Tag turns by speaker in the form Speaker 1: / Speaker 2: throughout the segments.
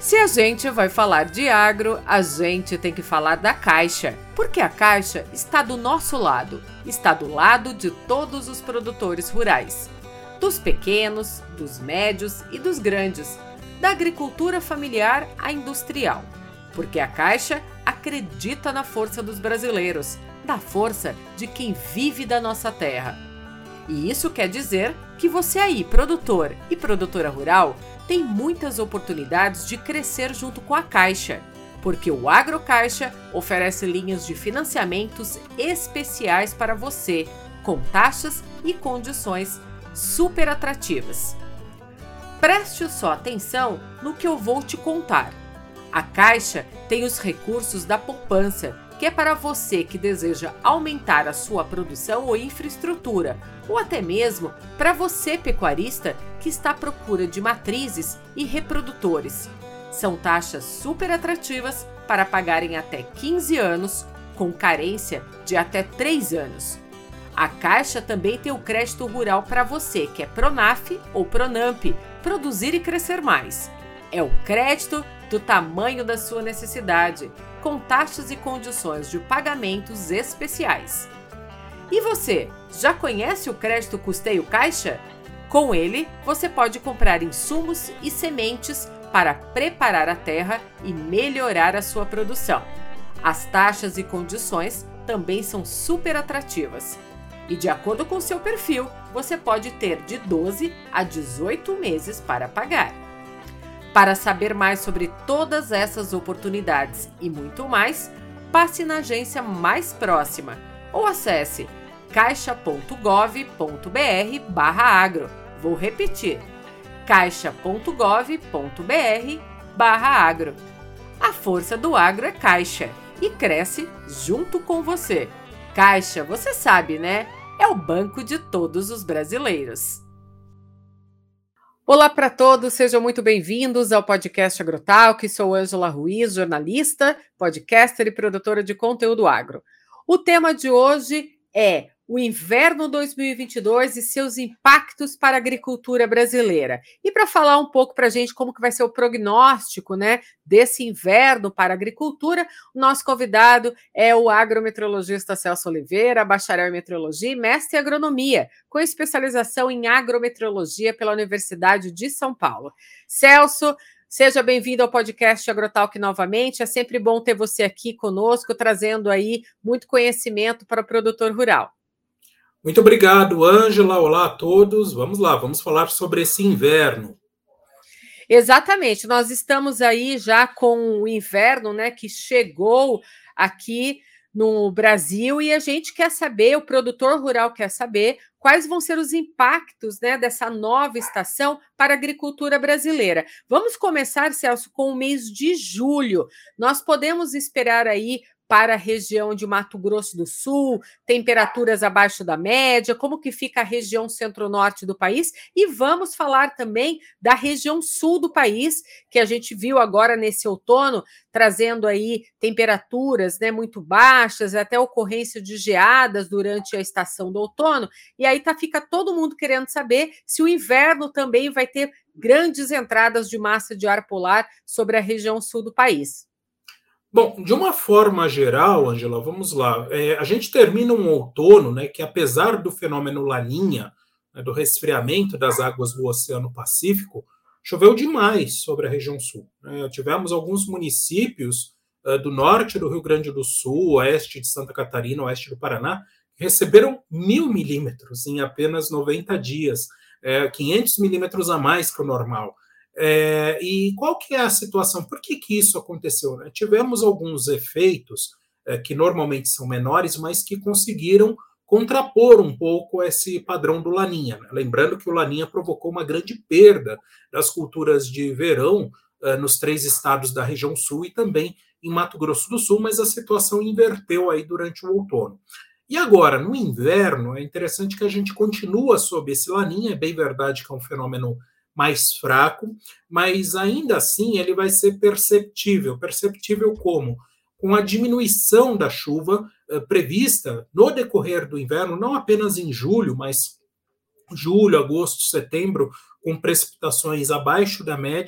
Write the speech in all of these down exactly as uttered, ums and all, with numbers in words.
Speaker 1: Se a gente vai falar de agro, a gente tem que falar da Caixa, porque a Caixa está do nosso lado, está do lado de todos os produtores rurais, dos pequenos, dos médios e dos grandes, da agricultura familiar à industrial, porque a Caixa acredita na força dos brasileiros, da força de quem vive da nossa terra. E isso quer dizer que você aí, produtor e produtora rural, tem muitas oportunidades de crescer junto com a Caixa, porque o AgroCaixa oferece linhas de financiamentos especiais para você, com taxas e condições super atrativas. Preste só atenção no que eu vou te contar. A Caixa tem os recursos da poupança, que é para você que deseja aumentar a sua produção ou infraestrutura, ou até mesmo para você, pecuarista, que está à procura de matrizes e reprodutores. São taxas super atrativas para pagar em até quinze anos, com carência de até três anos. A Caixa também tem o crédito rural para você, que é Pronaf ou Pronamp, produzir e crescer mais. É o crédito do tamanho da sua necessidade, com taxas e condições de pagamentos especiais. E você, já conhece o crédito Custeio Caixa? Com ele, você pode comprar insumos e sementes para preparar a terra e melhorar a sua produção. As taxas e condições também são super atrativas. E de acordo com o seu perfil, você pode ter de doze a dezoito meses para pagar. Para saber mais sobre todas essas oportunidades e muito mais, passe na agência mais próxima ou acesse caixa ponto gov ponto br barra agro. Vou repetir, caixa ponto gov ponto br barra agro. A força do agro é Caixa e cresce junto com você. Caixa, você sabe, né? É o banco de todos os brasileiros. Olá para todos, sejam muito bem-vindos ao podcast Agrotalk. Sou Ângela Ruiz, jornalista, podcaster e produtora de conteúdo agro. O tema de hoje é o inverno dois mil e vinte e dois e seus impactos para a agricultura brasileira. E para falar um pouco para a gente como que vai ser o prognóstico, né, desse inverno para a agricultura, o nosso convidado é o agrometeorologista Celso Oliveira, bacharel em meteorologia e mestre em agronomia, com especialização em agrometeorologia pela Universidade de São Paulo. Celso, seja bem-vindo ao podcast Agrotalk novamente. É sempre bom ter você aqui conosco, trazendo aí muito conhecimento para o produtor rural.
Speaker 2: Muito obrigado, Ângela. Olá a todos. Vamos lá, vamos falar sobre esse inverno.
Speaker 1: Exatamente. Nós estamos aí já com o inverno, né, que chegou aqui no Brasil e a gente quer saber, o produtor rural quer saber quais vão ser os impactos, né, dessa nova estação para a agricultura brasileira. Vamos começar, Celso, com o mês de julho. Nós podemos esperar aí para a região de Mato Grosso do Sul, temperaturas abaixo da média, como que fica a região centro-norte do país, e vamos falar também da região sul do país, que a gente viu agora nesse outono, trazendo aí temperaturas, né, muito baixas, até ocorrência de geadas durante a estação do outono, e aí tá, fica todo mundo querendo saber se o inverno também vai ter grandes entradas de massa de ar polar sobre a região sul do país.
Speaker 2: Bom, de uma forma geral, Ângela, vamos lá. É, a gente termina um outono, né, que apesar do fenômeno Laninha, né, do resfriamento das águas do Oceano Pacífico, choveu demais sobre a região sul. Né? Tivemos alguns municípios uh, do norte do Rio Grande do Sul, oeste de Santa Catarina, oeste do Paraná, que receberam mil milímetros em apenas noventa dias, é, quinhentos milímetros a mais que o normal. É, e qual que é a situação? Por que, que isso aconteceu? Né? Tivemos alguns efeitos é, que normalmente são menores, mas que conseguiram contrapor um pouco esse padrão do Laninha. Né? Lembrando que o Laninha provocou uma grande perda das culturas de verão é, nos três estados da região sul e também em Mato Grosso do Sul, mas a situação inverteu aí durante o outono. E agora, no inverno, é interessante que a gente continua sob esse Laninha, é bem verdade que é um fenômeno mais fraco, mas ainda assim ele vai ser perceptível. Perceptível como? Com a diminuição da chuva eh, prevista no decorrer do inverno, não apenas em julho, mas julho, agosto, setembro, com precipitações abaixo da média,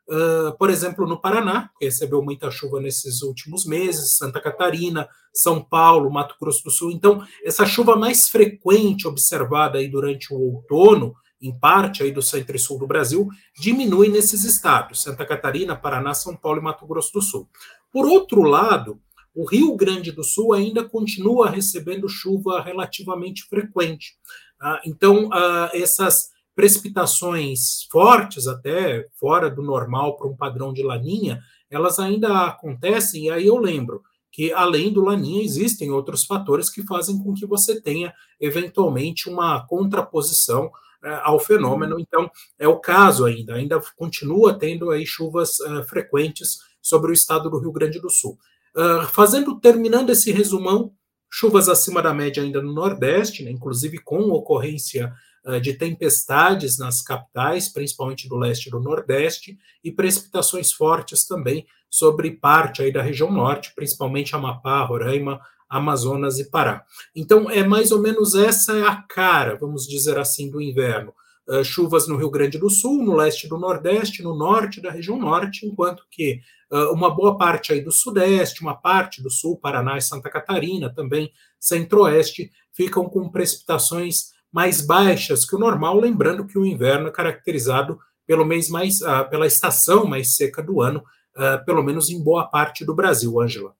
Speaker 2: uh, por exemplo, no Paraná, que recebeu muita chuva nesses últimos meses, Santa Catarina, São Paulo, Mato Grosso do Sul. Então, essa chuva mais frequente observada aí durante o outono, em parte aí do centro e sul do Brasil, diminui nesses estados, Santa Catarina, Paraná, São Paulo e Mato Grosso do Sul. Por outro lado, o Rio Grande do Sul ainda continua recebendo chuva relativamente frequente. Ah, então, ah, essas precipitações fortes, até fora do normal para um padrão de laninha, elas ainda acontecem, e aí eu lembro que, além do laninha, existem outros fatores que fazem com que você tenha, eventualmente, uma contraposição eh, ao fenômeno. Então, é o caso ainda, ainda continua tendo aí chuvas uh, frequentes sobre o estado do Rio Grande do Sul. Uh, fazendo, terminando esse resumão, chuvas acima da média ainda no Nordeste, né, inclusive com ocorrência uh, de tempestades nas capitais, principalmente do leste e do Nordeste, e precipitações fortes também sobre parte aí da região norte, principalmente Amapá, Roraima, Amazonas e Pará. Então, é mais ou menos essa é a cara, vamos dizer assim, do inverno. Uh, chuvas no Rio Grande do Sul, no leste do Nordeste, no norte da região norte, enquanto que uh, uma boa parte aí do Sudeste, uma parte do Sul, Paraná e Santa Catarina, também Centro-Oeste, ficam com precipitações mais baixas que o normal, lembrando que o inverno é caracterizado pelo mês mais, uh, pela estação mais seca do ano, uh, pelo menos em boa parte do Brasil, Ângela.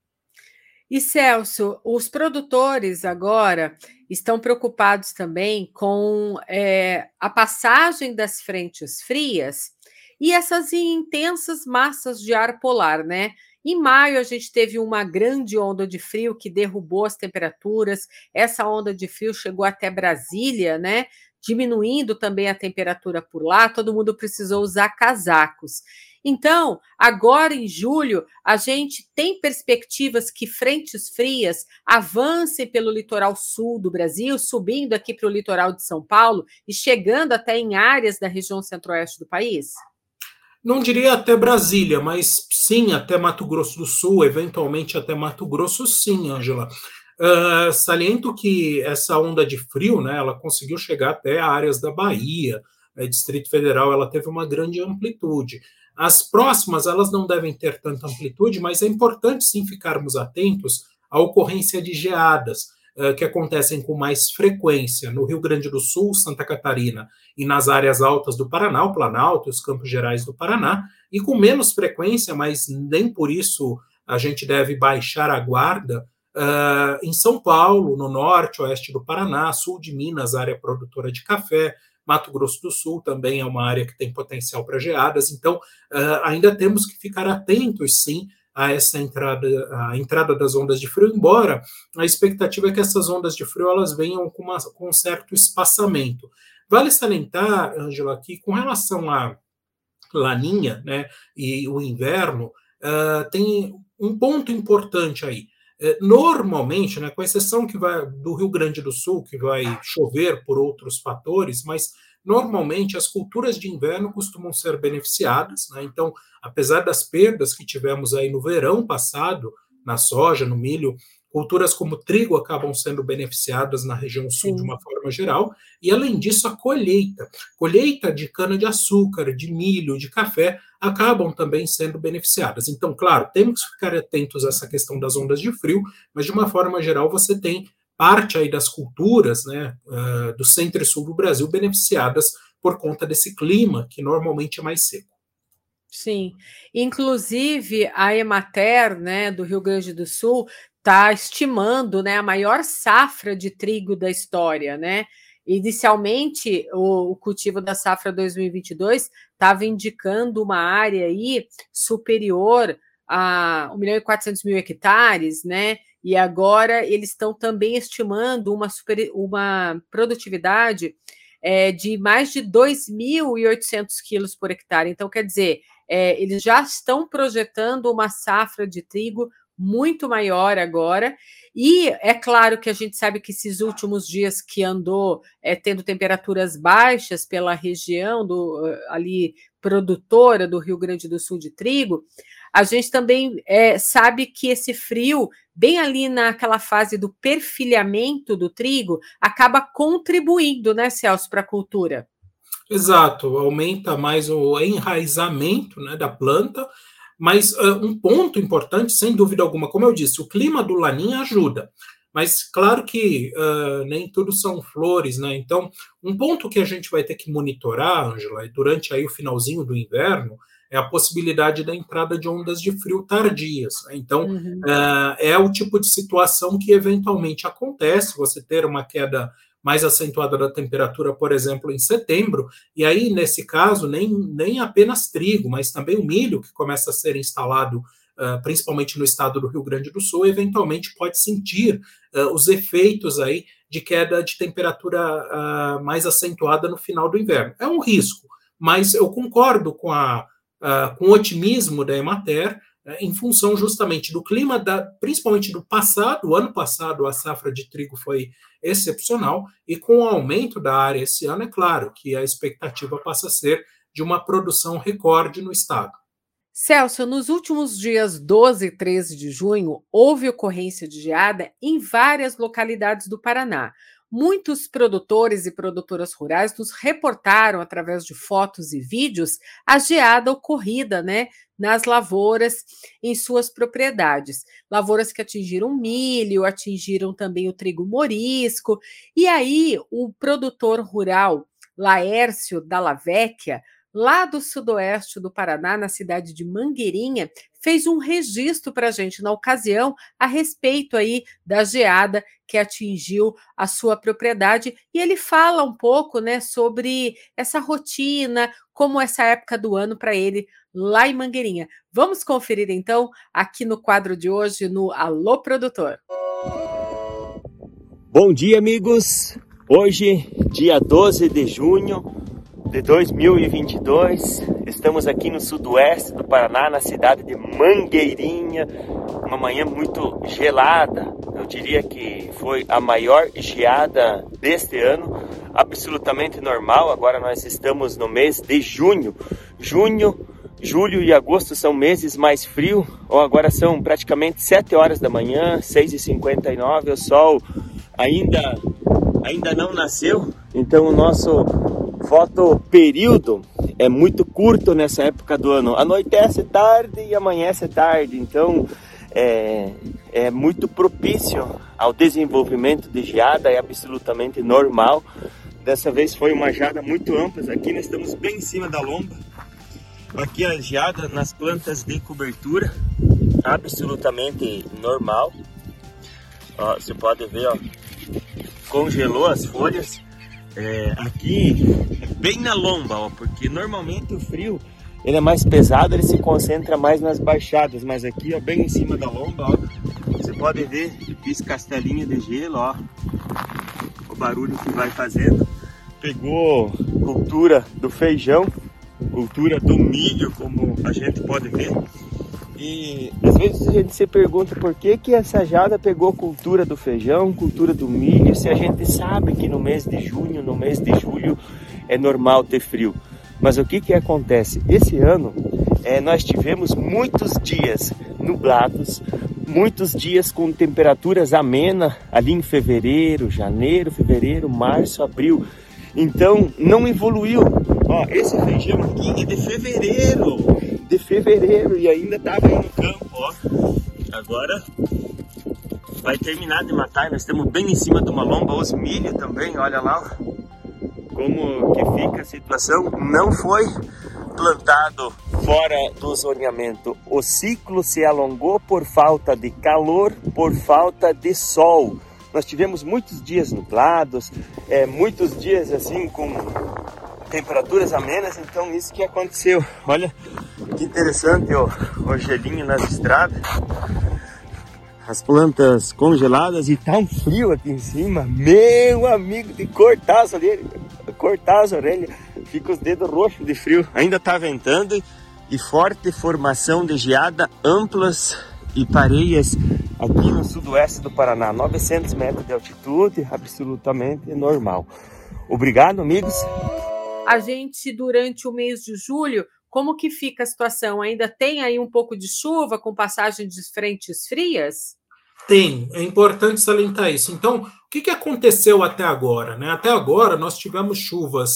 Speaker 1: E, Celso, os produtores agora estão preocupados também com é, a passagem das frentes frias e essas intensas massas de ar polar, né? Em maio, a gente teve uma grande onda de frio que derrubou as temperaturas. Essa onda de frio chegou até Brasília, né? Diminuindo também a temperatura por lá, todo mundo precisou usar casacos. Então, agora em julho, a gente tem perspectivas que frentes frias avancem pelo litoral sul do Brasil, subindo aqui para o litoral de São Paulo e chegando até em áreas da região centro-oeste do país?
Speaker 2: Não diria até Brasília, mas sim até Mato Grosso do Sul, eventualmente até Mato Grosso, sim, Ângela. Uh, saliento que essa onda de frio, né, ela conseguiu chegar até áreas da Bahia, né, Distrito Federal, ela teve uma grande amplitude. As próximas, elas não devem ter tanta amplitude, mas é importante sim ficarmos atentos à ocorrência de geadas, uh, que acontecem com mais frequência no Rio Grande do Sul, Santa Catarina e nas áreas altas do Paraná, o Planalto e os Campos Gerais do Paraná, e com menos frequência, mas nem por isso a gente deve baixar a guarda, Uh, em São Paulo, no norte, oeste do Paraná, sul de Minas, área produtora de café, Mato Grosso do Sul também é uma área que tem potencial para geadas, então uh, ainda temos que ficar atentos, sim, a essa entrada, a entrada das ondas de frio, embora a expectativa é que essas ondas de frio elas venham com, uma, com um certo espaçamento. Vale salientar, Ângela, que com relação à laninha, né, e o inverno, uh, tem um ponto importante aí. Normalmente, né, com exceção que vai do Rio Grande do Sul, que vai chover por outros fatores, mas normalmente as culturas de inverno costumam ser beneficiadas, né? Então, apesar das perdas que tivemos aí no verão passado, na soja, no milho, culturas como trigo acabam sendo beneficiadas na região sul Sim. de uma forma geral, e além disso a colheita, colheita de cana-de-açúcar, de milho, de café, acabam também sendo beneficiadas. Então, claro, temos que ficar atentos a essa questão das ondas de frio, mas de uma forma geral você tem parte aí das culturas, né, uh, do centro e sul do Brasil beneficiadas por conta desse clima que normalmente é mais seco.
Speaker 1: Sim, inclusive a Emater, né, do Rio Grande do Sul, está estimando, né, a maior safra de trigo da história, né? Inicialmente, o, o cultivo da safra dois mil e vinte e dois estava indicando uma área aí superior a um milhão e quatrocentos mil hectares, né? E agora eles estão também estimando uma, super, uma produtividade é, de mais de dois mil e oitocentos quilos por hectare. Então, quer dizer, é, eles já estão projetando uma safra de trigo muito maior agora, e é claro que a gente sabe que esses últimos dias que andou é, tendo temperaturas baixas pela região do, ali produtora do Rio Grande do Sul de trigo, a gente também é, sabe que esse frio, bem ali naquela fase do perfilhamento do trigo, acaba contribuindo, né, Celso, para a cultura.
Speaker 2: Exato, aumenta mais o enraizamento, né, da planta, mas uh, um ponto importante, sem dúvida alguma, como eu disse, o clima do Laninha ajuda, mas claro que uh, nem tudo são flores, né? Então, um ponto que a gente vai ter que monitorar, Ângela, durante aí o finalzinho do inverno, é a possibilidade da entrada de ondas de frio tardias, né? Então,
Speaker 1: Uhum.
Speaker 2: uh, é o tipo de situação que eventualmente acontece, você ter uma queda mais acentuada da temperatura, por exemplo, em setembro, e aí, nesse caso, nem, nem apenas trigo, mas também o milho, que começa a ser instalado, uh, principalmente no estado do Rio Grande do Sul, eventualmente pode sentir uh, os efeitos aí de queda de temperatura uh, mais acentuada no final do inverno. É um risco, mas eu concordo com, a, uh, com o otimismo da Emater, em função justamente do clima, da, principalmente do passado, o ano passado a safra de trigo foi excepcional, e com o aumento da área esse ano, é claro que a expectativa passa a ser de uma produção recorde no estado.
Speaker 1: Celso, nos últimos dias doze e treze de junho, houve ocorrência de geada em várias localidades do Paraná. Muitos produtores e produtoras rurais nos reportaram, através de fotos e vídeos, a geada ocorrida, né, nas lavouras em suas propriedades. Lavouras que atingiram milho, atingiram também o trigo morisco. E aí, o produtor rural Laércio Dalla Vecchia, lá do sudoeste do Paraná, na cidade de Mangueirinha, fez um registro para a gente na ocasião a respeito aí da geada que atingiu a sua propriedade, e ele fala um pouco, né, sobre essa rotina, como essa época do ano para ele lá em Mangueirinha. Vamos conferir então aqui no quadro de hoje no Alô Produtor.
Speaker 3: Bom dia, amigos. Hoje, dia doze de junho de dois mil e vinte e dois, estamos aqui no sudoeste do Paraná, na cidade de Mangueirinha, uma manhã muito gelada, eu diria que foi a maior geada deste ano, absolutamente normal. Agora nós estamos no mês de junho, junho, julho e agosto são meses mais frios, ou agora são praticamente sete horas da manhã, seis e cinquenta e nove, o sol ainda, ainda não nasceu, então o nosso fotoperíodo é muito curto nessa época do ano. Anoitece tarde e amanhece tarde, então é, é muito propício ao desenvolvimento de geada, é absolutamente normal. Dessa vez foi uma geada muito ampla, aqui nós estamos bem em cima da lomba. Aqui a geada nas plantas de cobertura, absolutamente normal. Ó, você pode ver, ó, congelou as folhas. É, aqui é bem na lomba, ó, porque normalmente o frio ele é mais pesado, ele se concentra mais nas baixadas, mas aqui, ó, bem em cima da lomba, ó, você pode ver, fiz castelinho de gelo, ó, o barulho que vai fazendo. Pegou cultura do feijão, cultura do milho, como a gente pode ver. E às vezes a gente se pergunta por que que essa geada pegou cultura do feijão, cultura do milho, se a gente sabe que no mês de junho, no mês de julho é normal ter frio. Mas o que que acontece? Esse ano é, nós tivemos muitos dias nublados, muitos dias com temperaturas amenas ali em fevereiro, janeiro, fevereiro, março, abril. Então não evoluiu. Ó, esse feijão aqui é de fevereiro, de fevereiro e ainda estava aí no campo, ó. Agora vai terminar de matar, nós estamos bem em cima de uma lomba, os milho também, olha lá, ó, como que fica a situação. Não foi plantado fora do zoneamento, o ciclo se alongou por falta de calor, por falta de sol. Nós tivemos muitos dias nublados, é, muitos dias assim com temperaturas amenas, então isso que aconteceu. Olha que interessante, ó, o gelinho nas estradas, as plantas congeladas e tá um frio aqui em cima, meu amigo, de cortar as orelhas, cortar as orelhas, fica os dedos roxos de frio. Ainda tá ventando e forte formação de geada amplas e pareias aqui no sudoeste do Paraná, novecentos metros de altitude, absolutamente normal. Obrigado, amigos.
Speaker 1: A gente, durante o mês de julho, como que fica a situação? Ainda tem aí um pouco de chuva com passagem de frentes frias?
Speaker 2: Tem, é importante salientar isso. Então, o que que aconteceu até agora, né? Até agora nós tivemos chuvas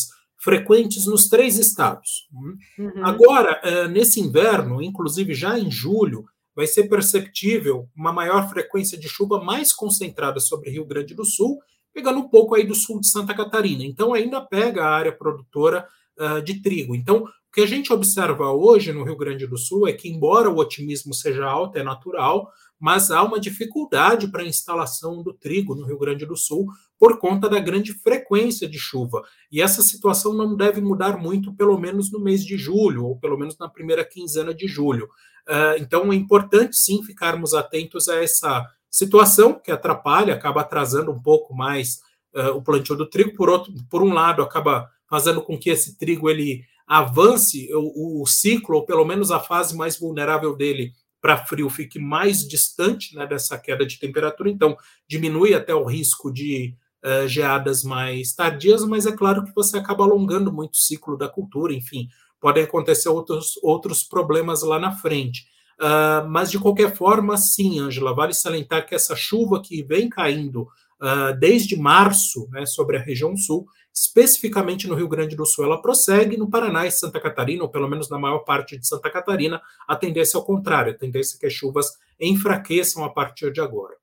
Speaker 2: frequentes nos três estados. Uhum. Agora, nesse inverno, inclusive já em julho, vai ser perceptível uma maior frequência de chuva mais concentrada sobre Rio Grande do Sul, pegando um pouco aí do sul de Santa Catarina. Então, ainda pega a área produtora uh, de trigo. Então, o que a gente observa hoje no Rio Grande do Sul é que, embora o otimismo seja alto, é natural, mas há uma dificuldade para a instalação do trigo no Rio Grande do Sul por conta da grande frequência de chuva. E essa situação não deve mudar muito, pelo menos no mês de julho, ou pelo menos na primeira quinzena de julho. Uh, então, é importante, sim, ficarmos atentos a essa situação que atrapalha, acaba atrasando um pouco mais uh, o plantio do trigo. Por outro, por um lado, acaba fazendo com que esse trigo ele avance o, o ciclo, ou pelo menos a fase mais vulnerável dele para frio fique mais distante, né, dessa queda de temperatura, então diminui até o risco de uh, geadas mais tardias, mas é claro que você acaba alongando muito o ciclo da cultura, enfim, podem acontecer outros, outros problemas lá na frente. Uh, mas, de qualquer forma, sim, Ângela, vale salientar que essa chuva que vem caindo uh, desde março, né, sobre a região sul, especificamente no Rio Grande do Sul, ela prossegue. No Paraná e Santa Catarina, ou pelo menos na maior parte de Santa Catarina, a tendência é ao contrário, a tendência é que as chuvas enfraqueçam a partir de agora.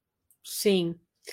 Speaker 1: Sim.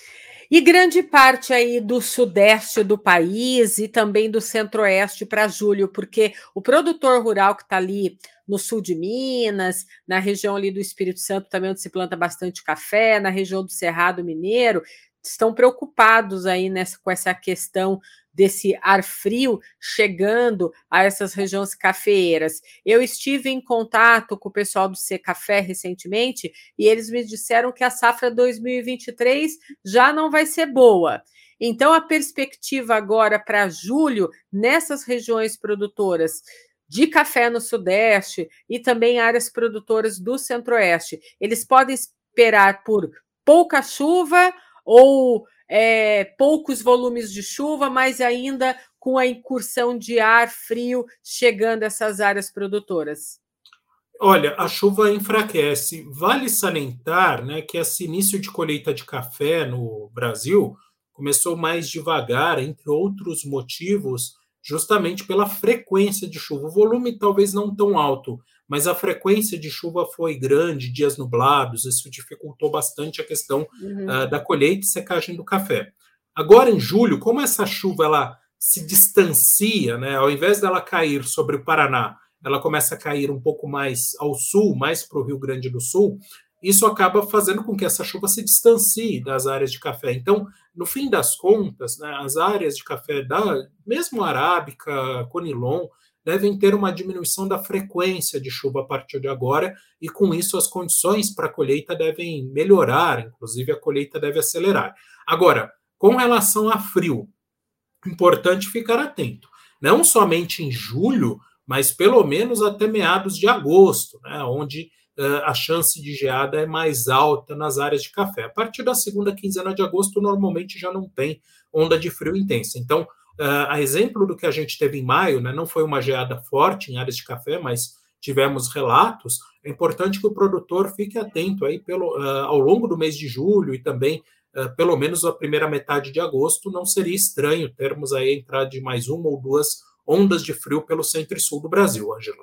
Speaker 1: E grande parte aí do sudeste do país e também do centro-oeste para julho, porque o produtor rural que está ali no sul de Minas, na região ali do Espírito Santo também, onde se planta bastante café, na região do Cerrado Mineiro, estão preocupados aí nessa, com essa questão desse ar frio chegando a essas regiões cafeeiras. Eu estive em contato com o pessoal do Secafé recentemente e eles me disseram que a safra dois mil e vinte e três já não vai ser boa. Então, a perspectiva agora para julho, nessas regiões produtoras de café no Sudeste e também áreas produtoras do Centro-Oeste, eles podem esperar por pouca chuva ou é, poucos volumes de chuva, mas ainda com a incursão de ar frio chegando a essas áreas produtoras?
Speaker 2: Olha, a chuva enfraquece. Vale salientar, né, que esse início de colheita de café no Brasil começou mais devagar, entre outros motivos, justamente pela frequência de chuva. O volume talvez não tão alto, mas a frequência de chuva foi grande, dias nublados, isso dificultou bastante a questão uhum. uh, da colheita e secagem do café. Agora, em julho, como essa chuva ela se distancia, né, ao invés dela cair sobre o Paraná, ela começa a cair um pouco mais ao sul, mais para o Rio Grande do Sul, isso acaba fazendo com que essa chuva se distancie das áreas de café. Então, no fim das contas, né, as áreas de café, da, mesmo arábica, conilon, devem ter uma diminuição da frequência de chuva a partir de agora, e com isso as condições para a colheita devem melhorar, inclusive a colheita deve acelerar. Agora, com relação a frio, importante ficar atento, não somente em julho, mas pelo menos até meados de agosto, né, onde uh, a chance de geada é mais alta nas áreas de café. A partir da segunda quinzena de agosto, normalmente já não tem onda de frio intensa. Então, Uh, a exemplo do que a gente teve em maio, né, não foi uma geada forte em áreas de café, mas tivemos relatos. É importante que o produtor fique atento aí pelo, uh, ao longo do mês de julho e também, uh, pelo menos a primeira metade de agosto. Não seria estranho termos aí a entrada de mais uma ou duas ondas de frio pelo centro e sul do Brasil, Ângela.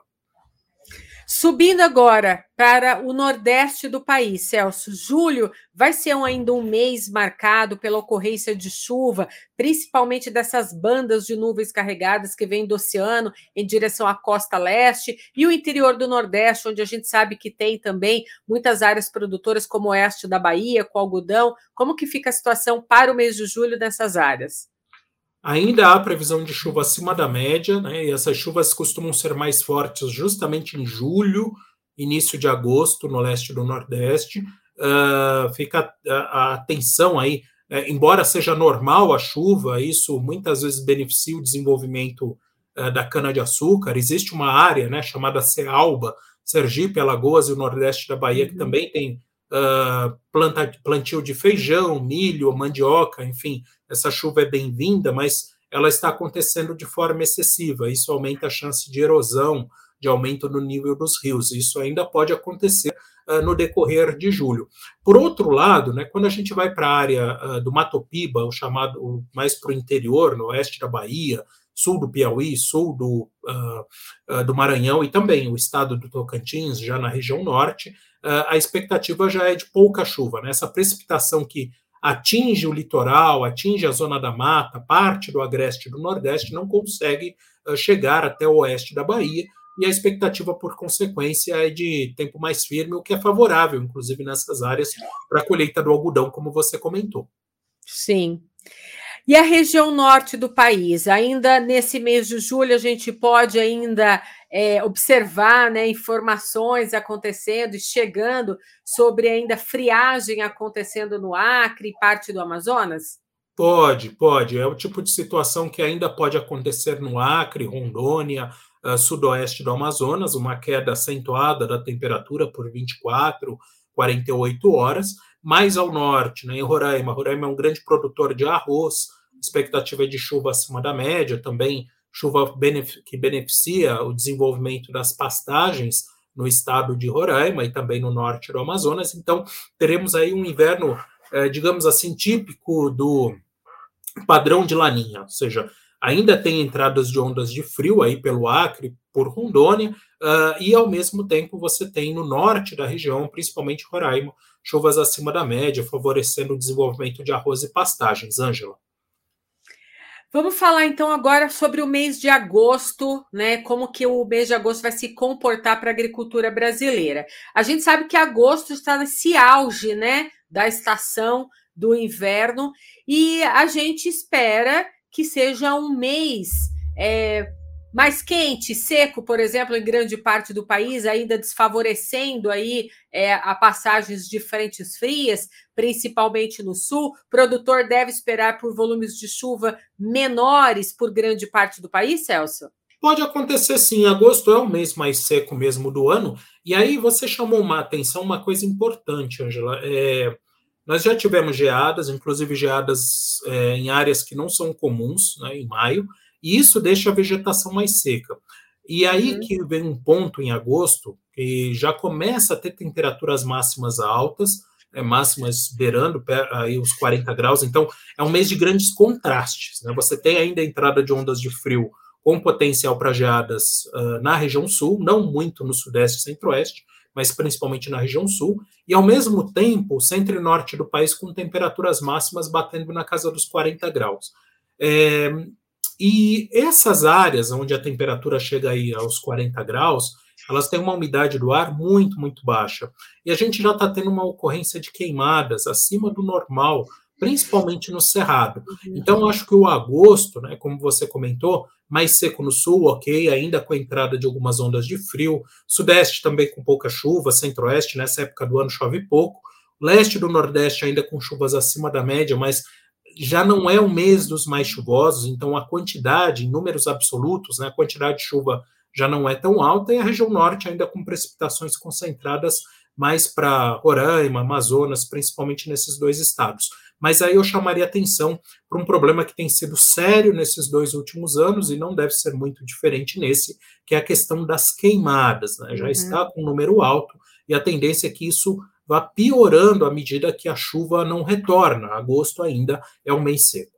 Speaker 1: Subindo agora para o nordeste do país, Celso, julho vai ser um, ainda um mês marcado pela ocorrência de chuva, principalmente dessas bandas de nuvens carregadas que vêm do oceano em direção à costa leste e o interior do Nordeste, onde a gente sabe que tem também muitas áreas produtoras como o oeste da Bahia, com algodão. Como que fica a situação para o mês de julho nessas áreas?
Speaker 2: Ainda há previsão de chuva acima da média, né? E essas chuvas costumam ser mais fortes justamente em julho, início de agosto, no leste do Nordeste. Uh, fica a, a atenção aí, né? Embora seja normal a chuva, isso muitas vezes beneficia o desenvolvimento uh, da cana-de-açúcar. Existe uma área, né, chamada Cealba, Sergipe, Alagoas e o Nordeste da Bahia, uhum. que também tem Uh, planta, plantio de feijão, milho, mandioca, enfim, essa chuva é bem-vinda, mas ela está acontecendo de forma excessiva. Isso aumenta a chance de erosão, de aumento no nível dos rios. Isso ainda pode acontecer uh, no decorrer de julho. Por outro lado, né, quando a gente vai para a área uh, do Mato Piba, o chamado mais para o interior, no oeste da Bahia, sul do Piauí, sul do, uh, uh, do Maranhão e também o estado do Tocantins, já na região norte, uh, a expectativa já é de pouca chuva, né? Essa precipitação que atinge o litoral, atinge a zona da mata, parte do agreste e do nordeste, não consegue uh, chegar até o oeste da Bahia, e a expectativa, por consequência, é de tempo mais firme, o que é favorável, inclusive, nessas áreas, para a colheita do algodão, como você comentou.
Speaker 1: Sim. E a região norte do país, ainda nesse mês de julho, a gente pode ainda é, observar, né, informações acontecendo e chegando sobre ainda friagem acontecendo no Acre e parte do Amazonas?
Speaker 2: Pode, pode. É o tipo de situação que ainda pode acontecer no Acre, Rondônia, uh, sudoeste do Amazonas, uma queda acentuada da temperatura por vinte e quatro, quarenta e oito horas, mais ao norte, né, em Roraima. Roraima é um grande produtor de arroz, expectativa de chuva acima da média, também chuva que beneficia o desenvolvimento das pastagens no estado de Roraima e também no norte do Amazonas. Então, teremos aí um inverno, eh, digamos assim, típico do padrão de Laninha, ou seja, ainda tem entradas de ondas de frio aí pelo Acre, por Rondônia, uh, e ao mesmo tempo você tem no norte da região, principalmente Roraima, chuvas acima da média, favorecendo o desenvolvimento de arroz e pastagens. Ângela.
Speaker 1: Vamos falar então agora sobre o mês de agosto, né? Como que o mês de agosto vai se comportar para a agricultura brasileira. A gente sabe que agosto está nesse auge, né, da estação do inverno, e a gente espera que seja um mês é, mais quente, seco, por exemplo, em grande parte do país, ainda desfavorecendo aí é, a passagens de frentes frias, principalmente no sul. O produtor deve esperar por volumes de chuva menores por grande parte do país, Celso?
Speaker 2: Pode acontecer sim, agosto é o mês mais seco mesmo do ano, e aí você chamou uma atenção, uma coisa importante, Ângela, é... Nós já tivemos geadas, inclusive geadas é, em áreas que não são comuns, né, em maio, e isso deixa a vegetação mais seca. E aí uhum. que vem um ponto em agosto, que já começa a ter temperaturas máximas altas, é, máximas beirando aí os quarenta graus, então é um mês de grandes contrastes. Né? Você tem ainda a entrada de ondas de frio com potencial para geadas uh, na região sul, não muito no sudeste e centro-oeste, mas principalmente na região sul, e ao mesmo tempo, o centro e norte do país com temperaturas máximas batendo na casa dos quarenta graus. É, e essas áreas onde a temperatura chega aí aos quarenta graus, elas têm uma umidade do ar muito, muito baixa. E a gente já está tendo uma ocorrência de queimadas acima do normal, principalmente no Cerrado. Então, eu acho que o agosto, né, como você comentou, mais seco no sul, ok, ainda com a entrada de algumas ondas de frio, sudeste também com pouca chuva, centro-oeste, nessa época do ano chove pouco, leste do nordeste ainda com chuvas acima da média, mas já não é o mês dos mais chuvosos, então a quantidade, em números absolutos, né, a quantidade de chuva já não é tão alta, e a região norte ainda com precipitações concentradas mais para Roraima, Amazonas, principalmente nesses dois estados. Mas aí eu chamaria atenção para um problema que tem sido sério nesses dois últimos anos e não deve ser muito diferente nesse, que é a questão das queimadas. Né? Já uhum. está com um número alto e a tendência é que isso vá piorando à medida que a chuva não retorna. Agosto ainda é um mês seco.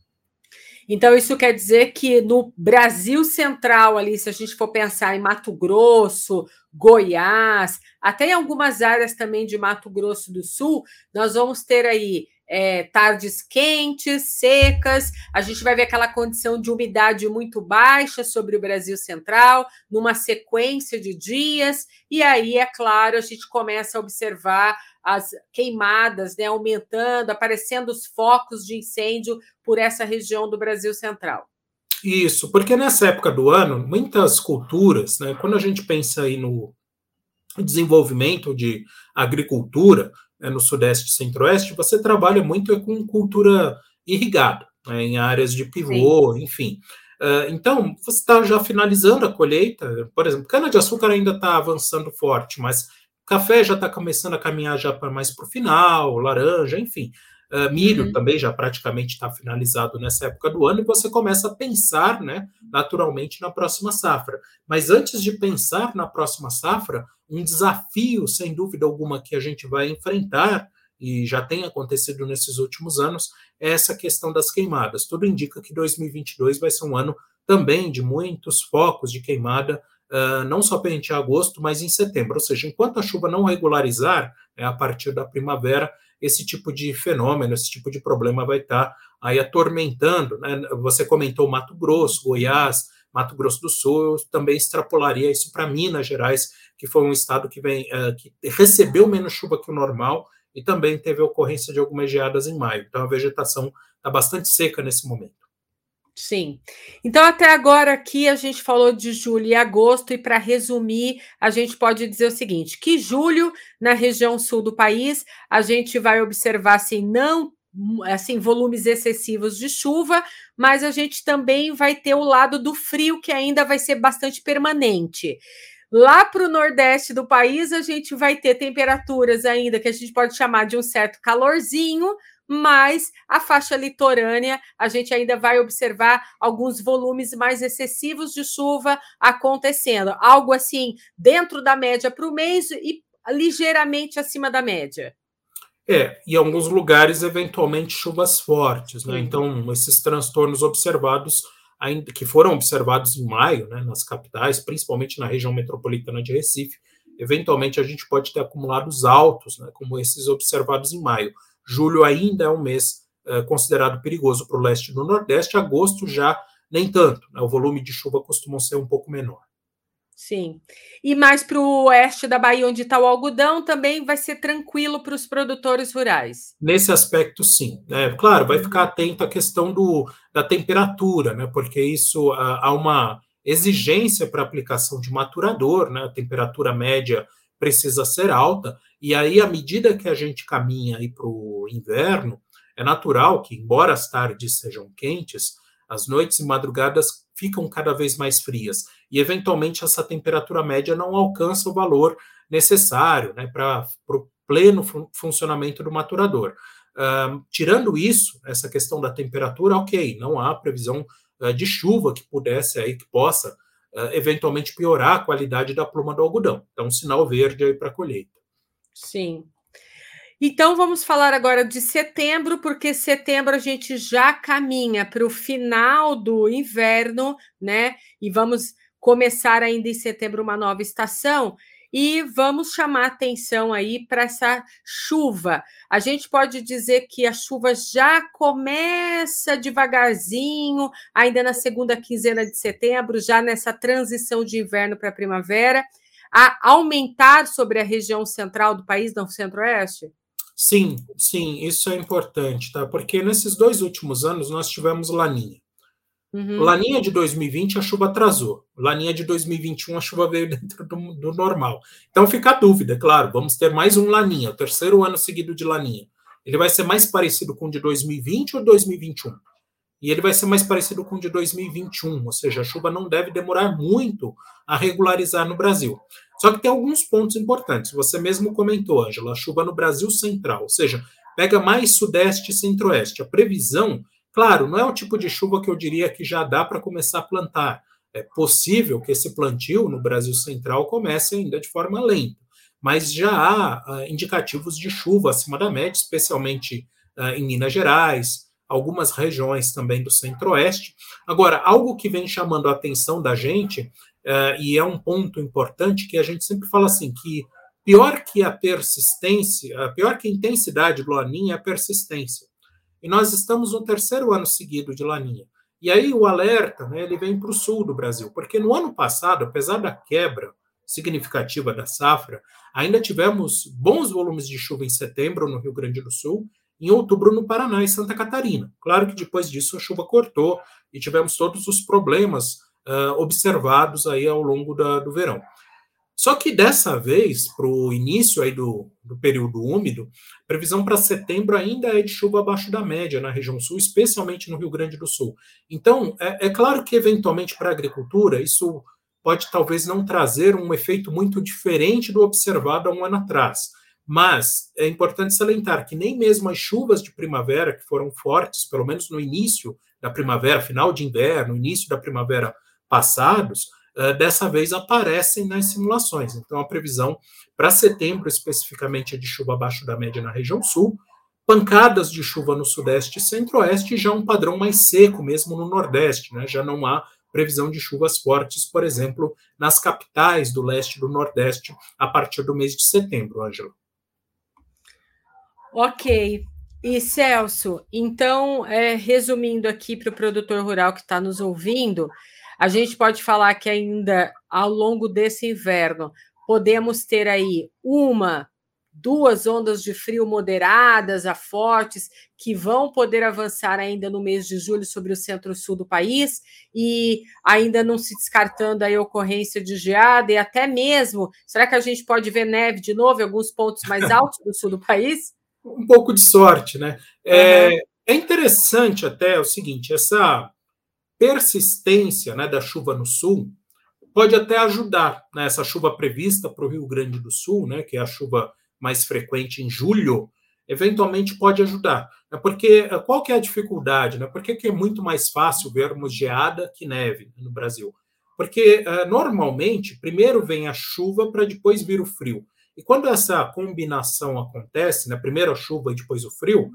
Speaker 1: Então, isso quer dizer que no Brasil Central, ali, se a gente for pensar em Mato Grosso, Goiás, até em algumas áreas também de Mato Grosso do Sul, nós vamos ter aí é, tardes quentes, secas, a gente vai ver aquela condição de umidade muito baixa sobre o Brasil Central, numa sequência de dias, e aí, é claro, a gente começa a observar as queimadas, né, aumentando, aparecendo os focos de incêndio por essa região do Brasil Central.
Speaker 2: Isso, porque nessa época do ano, muitas culturas, né, quando a gente pensa aí no desenvolvimento de agricultura, né, no Sudeste e Centro-Oeste, você trabalha muito com cultura irrigada, né, em áreas de pivô, Sim. enfim. Uh, então, você está já finalizando a colheita, por exemplo, cana-de-açúcar ainda está avançando forte, mas café já está começando a caminhar já para mais para o final, laranja, enfim. Uh, milho uhum. também já praticamente está finalizado nessa época do ano, e você começa a pensar, né, naturalmente, na próxima safra. Mas antes de pensar na próxima safra, um desafio, sem dúvida alguma, que a gente vai enfrentar e já tem acontecido nesses últimos anos, é essa questão das queimadas. Tudo indica que dois mil e vinte e dois vai ser um ano também de muitos focos de queimada, uh, não somente em agosto, mas em setembro. Ou seja, enquanto a chuva não regularizar, né, a partir da primavera, esse tipo de fenômeno, esse tipo de problema vai estar aí atormentando, né? Você comentou Mato Grosso, Goiás, Mato Grosso do Sul, eu também extrapolaria isso para Minas Gerais, que foi um estado que, vem, uh, que recebeu menos chuva que o normal e também teve a ocorrência de algumas geadas em maio. Então, a vegetação está bastante seca nesse momento.
Speaker 1: Sim. Então, até agora aqui a gente falou de julho e agosto, e para resumir, a gente pode dizer o seguinte, que julho, na região sul do país, a gente vai observar, assim, não assim, volumes excessivos de chuva, mas a gente também vai ter o lado do frio, que ainda vai ser bastante permanente. Lá para o nordeste do país, a gente vai ter temperaturas ainda que a gente pode chamar de um certo calorzinho, mas a faixa litorânea, a gente ainda vai observar alguns volumes mais excessivos de chuva acontecendo. Algo assim, dentro da média para o mês e ligeiramente acima da média.
Speaker 2: É, e em alguns lugares, eventualmente, chuvas fortes, né? Então, esses transtornos observados, ainda que foram observados em maio, né, nas capitais, principalmente na região metropolitana de Recife, eventualmente a gente pode ter acumulados altos, né, como esses observados em maio. Julho ainda é um mês uh, considerado perigoso para o leste e do nordeste, agosto já nem tanto, né? O volume de chuva costuma ser um pouco menor.
Speaker 1: Sim. E mais para o oeste da Bahia, onde está o algodão, também vai ser tranquilo para os produtores rurais?
Speaker 2: Nesse aspecto, sim. Né? Claro, vai ficar atento à questão do, da temperatura, né? Porque isso uh, há uma exigência para aplicação de maturador, né? A temperatura média precisa ser alta, e aí, à medida que a gente caminha para o inverno, é natural que, embora as tardes sejam quentes, as noites e madrugadas ficam cada vez mais frias, e, eventualmente, essa temperatura média não alcança o valor necessário, né, para o pleno fun- funcionamento do maturador. Uh, tirando isso, essa questão da temperatura, ok, não há previsão uh, de chuva que pudesse aí, que possa Uh, eventualmente piorar a qualidade da pluma do algodão. Então, um sinal verde aí para a colheita.
Speaker 1: Sim. Então, vamos falar agora de setembro, porque setembro a gente já caminha para o final do inverno, né? E vamos começar ainda em setembro uma nova estação. E vamos chamar atenção aí para essa chuva. A gente pode dizer que a chuva já começa devagarzinho, ainda na segunda quinzena de setembro, já nessa transição de inverno para primavera, a aumentar sobre a região central do país, não centro-oeste?
Speaker 2: Sim, sim, isso é importante, tá? Porque nesses dois últimos anos nós tivemos Laninha. Uhum. Laninha de dois mil e vinte, a chuva atrasou. Laninha de dois mil e vinte e um, a chuva veio dentro do, do normal. Então fica a dúvida, claro, vamos ter mais um Laninha, o terceiro ano seguido de Laninha. Ele vai ser mais parecido com o de dois mil e vinte ou dois mil e vinte e um? E ele vai ser mais parecido com o de dois mil e vinte e um, ou seja, a chuva não deve demorar muito a regularizar no Brasil. Só que tem alguns pontos importantes. Você mesmo comentou, Ângela, a chuva no Brasil central, ou seja, pega mais sudeste e centro-oeste. A previsão, claro, não é o tipo de chuva que eu diria que já dá para começar a plantar. É possível que esse plantio no Brasil central comece ainda de forma lenta, mas já há uh, indicativos de chuva acima da média, especialmente uh, em Minas Gerais, algumas regiões também do centro-oeste. Agora, algo que vem chamando a atenção da gente, uh, e é um ponto importante, que a gente sempre fala assim, que pior que a persistência, pior que a intensidade do Laninha é a persistência. E nós estamos no terceiro ano seguido de Laninha. E aí o alerta, né, ele vem para o sul do Brasil, porque no ano passado, apesar da quebra significativa da safra, ainda tivemos bons volumes de chuva em setembro no Rio Grande do Sul, em outubro no Paraná e Santa Catarina. Claro que depois disso a chuva cortou e tivemos todos os problemas uh, observados aí ao longo da, do verão. Só que dessa vez, para o início aí do, do período úmido, a previsão para setembro ainda é de chuva abaixo da média na região sul, especialmente no Rio Grande do Sul. Então, é, é claro que eventualmente para a agricultura isso pode talvez não trazer um efeito muito diferente do observado há um ano atrás. Mas é importante salientar que nem mesmo as chuvas de primavera, que foram fortes, pelo menos no início da primavera, final de inverno, início da primavera passados, dessa vez aparecem nas simulações. Então, a previsão para setembro, especificamente, é de chuva abaixo da média na região sul, pancadas de chuva no sudeste e centro-oeste, e já um padrão mais seco mesmo no nordeste, né? Já não há previsão de chuvas fortes, por exemplo, nas capitais do leste e do nordeste, a partir do mês de setembro, Ângela.
Speaker 1: Ok. E, Celso, então, é, resumindo aqui para o produtor rural que está nos ouvindo, a gente pode falar que ainda ao longo desse inverno podemos ter aí uma, duas ondas de frio moderadas a fortes que vão poder avançar ainda no mês de julho sobre o centro-sul do país e ainda não se descartando a ocorrência de geada e até mesmo, será que a gente pode ver neve de novo em alguns pontos mais altos do sul do país?
Speaker 2: Um pouco de sorte, né? É, uhum. É interessante até o seguinte, essa persistência, né, da chuva no sul pode até ajudar, né, essa chuva prevista para o Rio Grande do Sul, né, que é a chuva mais frequente em julho, eventualmente pode ajudar. Né, porque qual que é a dificuldade? Né? Por que, que é muito mais fácil vermos geada que neve no Brasil? Porque uh, normalmente primeiro vem a chuva para depois vir o frio. E quando essa combinação acontece, né, primeiro a chuva e depois o frio,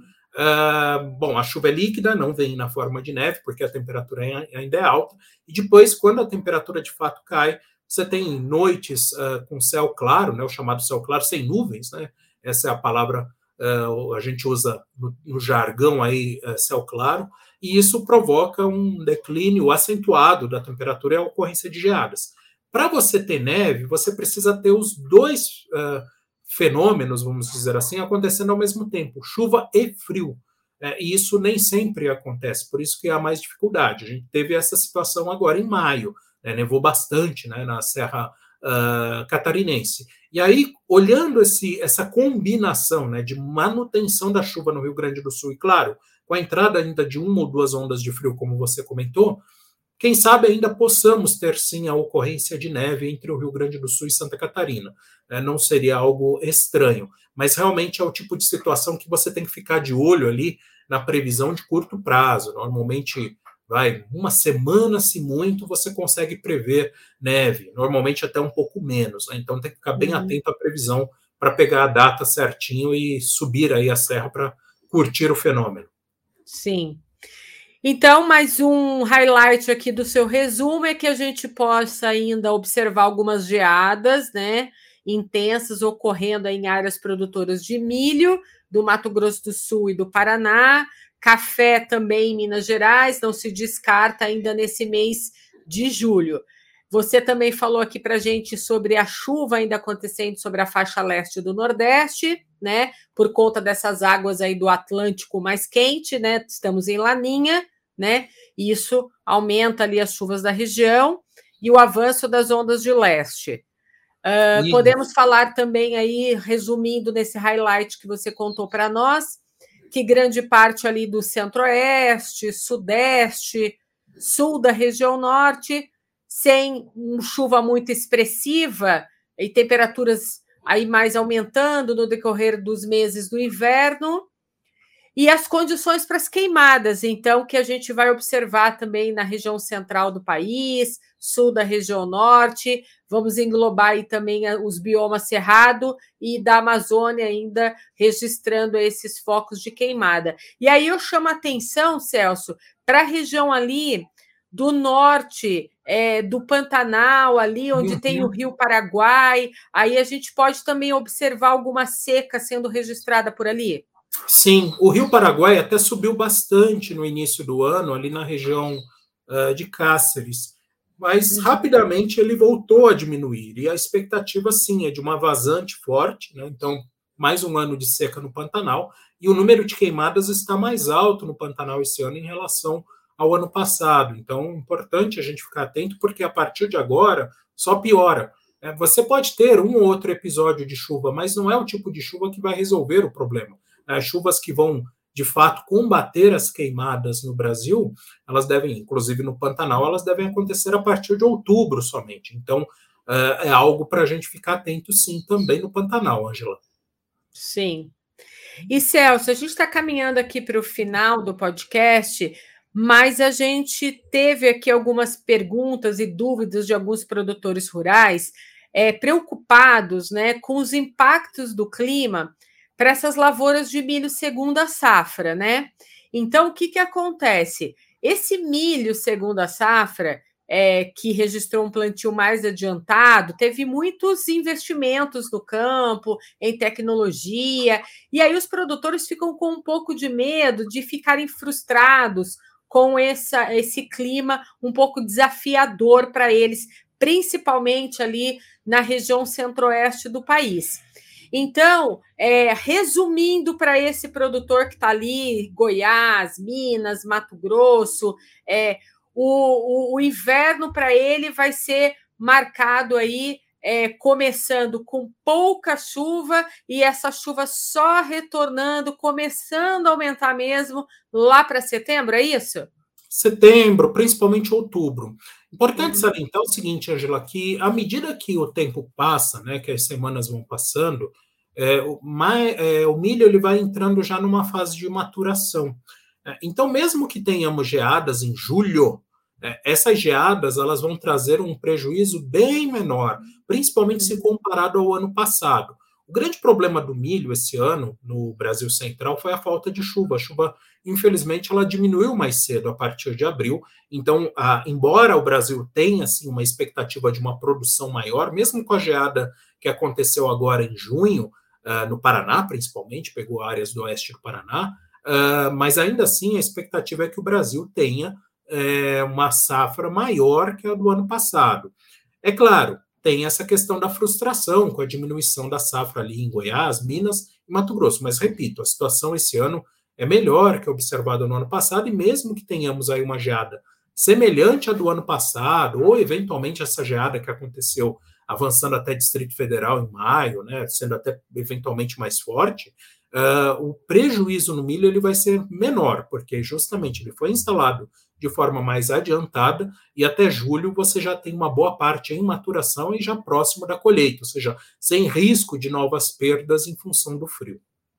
Speaker 2: uh, bom, a chuva é líquida, não vem na forma de neve, porque a temperatura ainda é alta, e depois, quando a temperatura de fato cai, você tem noites uh, com céu claro, né, o chamado céu claro, sem nuvens, né, essa é a palavra, uh, a gente usa no, no jargão aí, uh, céu claro, e isso provoca um declínio acentuado da temperatura e a ocorrência de geadas. Para você ter neve, você precisa ter os dois uh, fenômenos, vamos dizer assim, acontecendo ao mesmo tempo, chuva e frio. É, e isso nem sempre acontece, por isso que há mais dificuldade. A gente teve essa situação agora em maio, né, nevou bastante, né, na Serra uh, Catarinense. E aí, olhando esse, essa combinação, né, de manutenção da chuva no Rio Grande do Sul, e claro, com a entrada ainda de uma ou duas ondas de frio, como você comentou, quem sabe ainda possamos ter, sim, a ocorrência de neve entre o Rio Grande do Sul e Santa Catarina. Não seria algo estranho, mas realmente é o tipo de situação que você tem que ficar de olho ali na previsão de curto prazo. Normalmente, vai, uma semana, se muito, você consegue prever neve, normalmente até um pouco menos. Né? Então tem que ficar bem uhum. atento à previsão para pegar a data certinho e subir aí a serra para curtir o fenômeno.
Speaker 1: Sim. Então, mais um highlight aqui do seu resumo é que a gente possa ainda observar algumas geadas, né, intensas ocorrendo em áreas produtoras de milho, do Mato Grosso do Sul e do Paraná, café também em Minas Gerais, não se descarta ainda nesse mês de julho. Você também falou aqui para a gente sobre a chuva ainda acontecendo sobre a faixa leste do Nordeste, né, por conta dessas águas aí do Atlântico mais quente, né, estamos em Laninha, né, e isso aumenta ali as chuvas da região e o avanço das ondas de leste. Uh, podemos falar também aí, resumindo nesse highlight que você contou para nós, que grande parte ali do centro-oeste, sudeste, sul da região norte, sem chuva muito expressiva e temperaturas aí mais aumentando no decorrer dos meses do inverno, e as condições para as queimadas, então, que a gente vai observar também na região central do país, sul da região norte, vamos englobar aí também os biomas cerrado e da Amazônia ainda registrando esses focos de queimada. E aí eu chamo a atenção, Celso, para a região ali do norte, é, do Pantanal, ali onde uhum. tem o Rio Paraguai, aí a gente pode também observar alguma seca sendo registrada por ali?
Speaker 2: Sim, o Rio Paraguai até subiu bastante no início do ano, ali na região uh, de Cáceres, mas uhum. rapidamente ele voltou a diminuir, e a expectativa, sim, é de uma vazante forte, né? Então, mais um ano de seca no Pantanal, e o número de queimadas está mais alto no Pantanal esse ano em relação ao ano passado. Então, é importante a gente ficar atento, porque a partir de agora só piora. Você pode ter um ou outro episódio de chuva, mas não é o tipo de chuva que vai resolver o problema. As chuvas que vão, de fato, combater as queimadas no Brasil, elas devem, inclusive no Pantanal, elas devem acontecer a partir de outubro somente. Então, é algo para a gente ficar atento, sim, também no Pantanal, Ângela.
Speaker 1: Sim. E, Celso, a gente está caminhando aqui para o final do podcast, mas a gente teve aqui algumas perguntas e dúvidas de alguns produtores rurais é, preocupados, né, com os impactos do clima para essas lavouras de milho segunda safra, né? Então, o que, que acontece? Esse milho segunda safra, é, que registrou um plantio mais adiantado, teve muitos investimentos no campo, em tecnologia, e aí os produtores ficam com um pouco de medo de ficarem frustrados com essa, esse clima um pouco desafiador para eles, principalmente ali na região centro-oeste do país. Então, é, resumindo para esse produtor que está ali, Goiás, Minas, Mato Grosso, é, o, o, o inverno para ele vai ser marcado aí, é, começando com pouca chuva e essa chuva só retornando, começando a aumentar mesmo lá para setembro, é isso?
Speaker 2: Setembro, principalmente outubro. Importante uhum. salientar o seguinte, Angela, que à medida que o tempo passa, né, que as semanas vão passando, é, o, mais, é, o milho ele vai entrando já numa fase de maturação. É, então, mesmo que tenhamos geadas em julho, é, essas geadas elas vão trazer um prejuízo bem menor, principalmente se comparado ao ano passado. O grande problema do milho esse ano, no Brasil Central, foi a falta de chuva. A chuva, infelizmente, ela diminuiu mais cedo, a partir de abril. Então, ah, embora o Brasil tenha assim, uma expectativa de uma produção maior, mesmo com a geada que aconteceu agora em junho, ah, no Paraná, principalmente, pegou áreas do oeste do Paraná, ah, mas ainda assim a expectativa é que o Brasil tenha é, uma safra maior que a do ano passado. É claro, tem essa questão da frustração com a diminuição da safra ali em Goiás, Minas e Mato Grosso. Mas, repito, a situação esse ano é melhor que a observada no ano passado, e mesmo que tenhamos aí uma geada semelhante à do ano passado, ou eventualmente essa geada que aconteceu avançando até Distrito Federal em maio, né, sendo até eventualmente mais forte, uh, o prejuízo no milho ele vai ser menor, porque justamente ele foi instalado de forma mais adiantada, e até julho você já tem uma boa parte em maturação e já próximo da colheita, ou seja, sem risco de novas perdas em função do frio.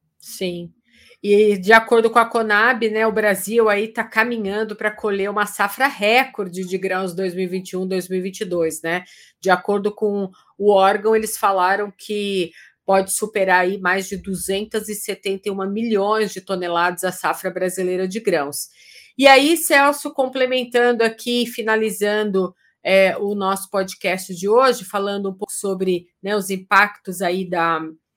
Speaker 1: Sim. E de acordo com a Conab, né, o Brasil aí está caminhando para colher uma safra recorde de grãos dois mil e vinte e um, dois mil e vinte e dois, né? De acordo com o órgão, eles falaram que pode superar aí mais de duzentos e setenta e um milhões de toneladas a safra brasileira de grãos. E aí, Celso, complementando aqui, finalizando é, o nosso podcast de hoje, falando um pouco sobre, né, os impactos aí da,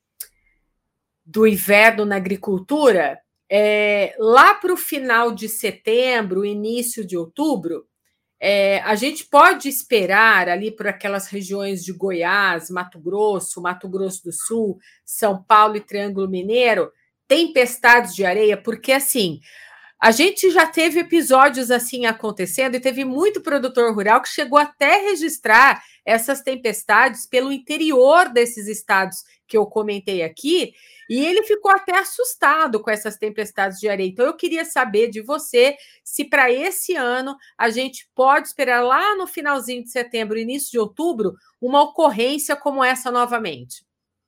Speaker 1: do inverno na agricultura, é, lá para o final de setembro, início de outubro, é, a gente pode esperar ali por aquelas regiões de Goiás, Mato Grosso, Mato Grosso do Sul, São Paulo e Triângulo Mineiro, tempestades de areia, porque assim... A gente já teve episódios assim acontecendo e teve muito produtor rural que chegou até registrar essas tempestades pelo interior desses estados que eu comentei aqui, e ele ficou até assustado com essas tempestades de areia. Então, eu queria saber de você se para esse ano a gente pode esperar lá no finalzinho de setembro, início de outubro, uma ocorrência como essa novamente.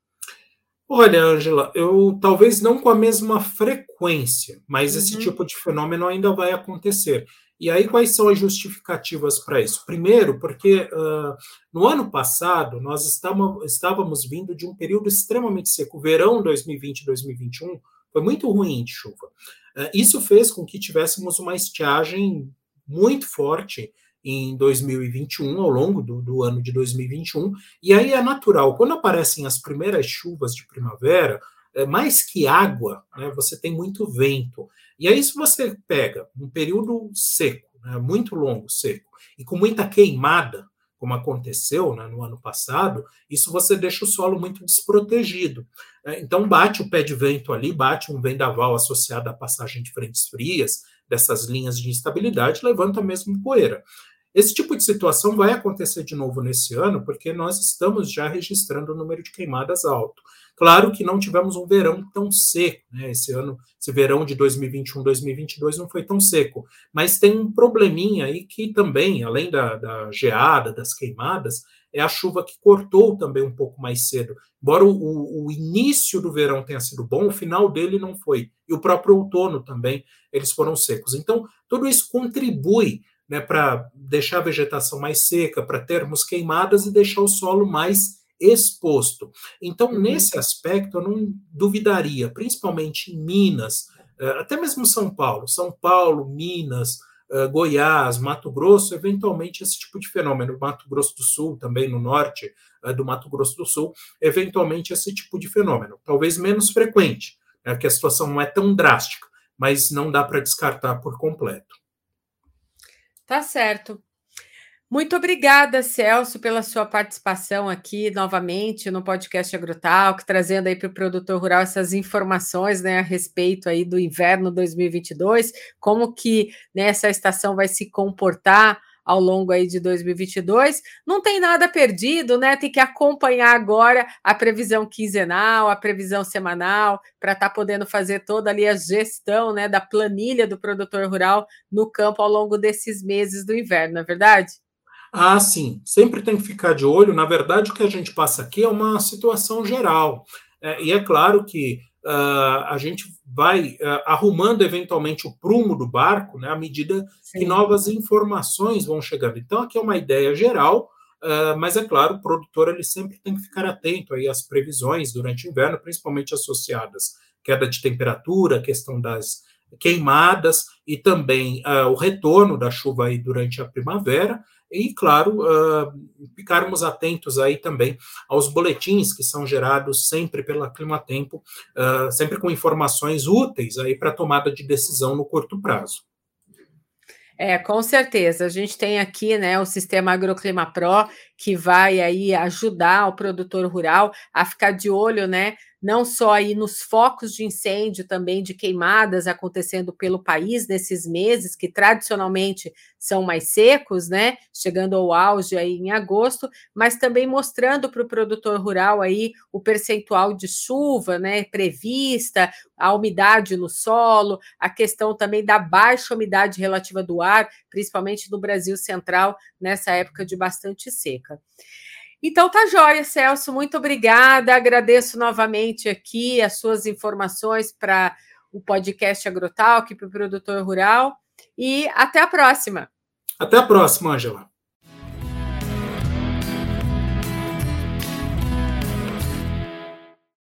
Speaker 2: Olha, Ângela, eu talvez não com a mesma frequência, mas uhum. esse tipo de fenômeno ainda vai acontecer. E aí, quais são as justificativas para isso? Primeiro, porque uh, no ano passado nós estávamos, estávamos vindo de um período extremamente seco. O verão dois mil e vinte, dois mil e vinte e um foi muito ruim de chuva. Uh, isso fez com que tivéssemos uma estiagem muito forte em dois mil e vinte e um, ao longo do, do ano de dois mil e vinte e um, e aí é natural, quando aparecem as primeiras chuvas de primavera, é, mais que água, né, você tem muito vento, e aí se você pega um período seco, né, muito longo, seco, e com muita queimada, como aconteceu, né, no ano passado, isso você deixa o solo muito desprotegido. É, então bate o pé de vento ali, bate um vendaval associado à passagem de frentes frias, dessas linhas de instabilidade, levanta mesmo poeira. Esse tipo de situação vai acontecer de novo nesse ano, porque nós estamos já registrando um número de queimadas alto. Claro que não tivemos um verão tão seco, né? Esse ano, esse verão de dois mil e vinte e um, dois mil e vinte e dois não foi tão seco, mas tem um probleminha aí que também, além da, da geada, das queimadas, é a chuva que cortou também um pouco mais cedo. Embora o, o, o início do verão tenha sido bom, o final dele não foi. E o próprio outono também, eles foram secos. Então, tudo isso contribui, né, para deixar a vegetação mais seca, para termos queimadas e deixar o solo mais exposto. Então, uhum. nesse aspecto, eu não duvidaria, principalmente em Minas, até mesmo São Paulo, São Paulo, Minas, Goiás, Mato Grosso, eventualmente esse tipo de fenômeno, Mato Grosso do Sul, também no norte do Mato Grosso do Sul, eventualmente esse tipo de fenômeno, talvez menos frequente, né, que a situação não é tão drástica, mas não dá para descartar por completo.
Speaker 1: Tá certo. Muito obrigada, Celso, pela sua participação aqui novamente no podcast Agrotalk, trazendo aí para o produtor rural essas informações, né, a respeito aí do inverno dois mil e vinte e dois, como que, né, essa estação vai se comportar ao longo aí de dois mil e vinte e dois. Não tem nada perdido, né? Tem que acompanhar agora a previsão quinzenal, a previsão semanal, para estar tá podendo fazer toda ali a gestão, né, da planilha do produtor rural no campo ao longo desses meses do inverno, não é verdade?
Speaker 2: Ah, sim, sempre tem que ficar de olho. Na verdade, o que a gente passa aqui é uma situação geral. É, e é claro que uh, a gente vai uh, arrumando eventualmente o prumo do barco, né, à medida sim. que novas informações vão chegando. Então, aqui é uma ideia geral, uh, mas é claro, o produtor ele sempre tem que ficar atento aí às previsões durante o inverno, principalmente associadas à queda de temperatura, a questão das queimadas e também uh, o retorno da chuva aí durante a primavera. E, claro, uh, ficarmos atentos aí também aos boletins que são gerados sempre pela Climatempo, uh, sempre com informações úteis aí para a tomada de decisão no curto prazo.
Speaker 1: É, com certeza. A gente tem aqui, né, o sistema Agroclima Pro, que vai aí ajudar o produtor rural a ficar de olho, né, não só aí nos focos de incêndio, também de queimadas acontecendo pelo país nesses meses que tradicionalmente são mais secos, né, chegando ao auge aí em agosto, mas também mostrando para o produtor rural aí o percentual de chuva, né, prevista, a umidade no solo, a questão também da baixa umidade relativa do ar, principalmente no Brasil Central, nessa época de bastante seca. Então tá jóia, Celso, muito obrigada, agradeço novamente aqui as suas informações para o podcast Agrotalk, para o produtor rural, e até a próxima.
Speaker 2: Até a próxima, Ângela.